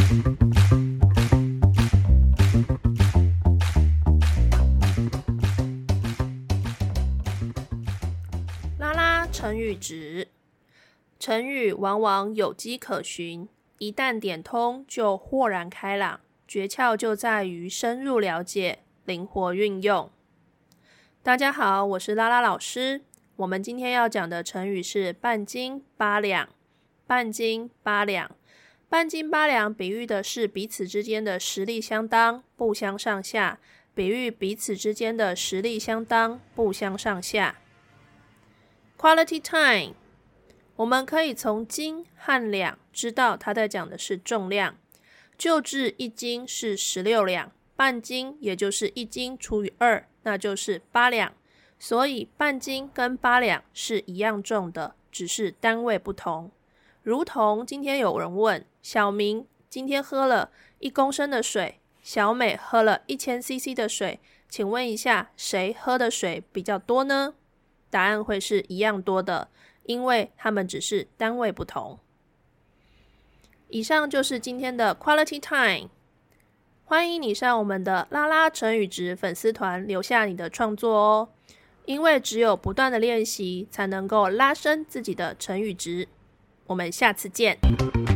拉拉成语质，成语往往有迹可循，一旦点通就豁然开朗，诀窍就在于深入了解，灵活运用。大家好，我是拉拉老师。我们今天要讲的成语是半斤八两。半斤八两，半斤八两比喻的是彼此之间的实力相当，不相上下。比喻彼此之间的实力相当，不相上下。Quality time， 我们可以从斤和两知道它在讲的是重量。旧制1斤是16两，半斤也就是1斤除以2，那就是8两。所以半斤跟8两是一样重的，只是单位不同。如同今天有人问小明今天喝了1公升的水，小美喝了1000cc 的水，请问一下谁喝的水比较多呢？答案会是一样多的，因为它们只是单位不同。以上就是今天的 Quality Time， 欢迎你上我们的拉拉成语质粉丝团留下你的创作哦，因为只有不断的练习才能够拉升自己的成语质。我们下次见。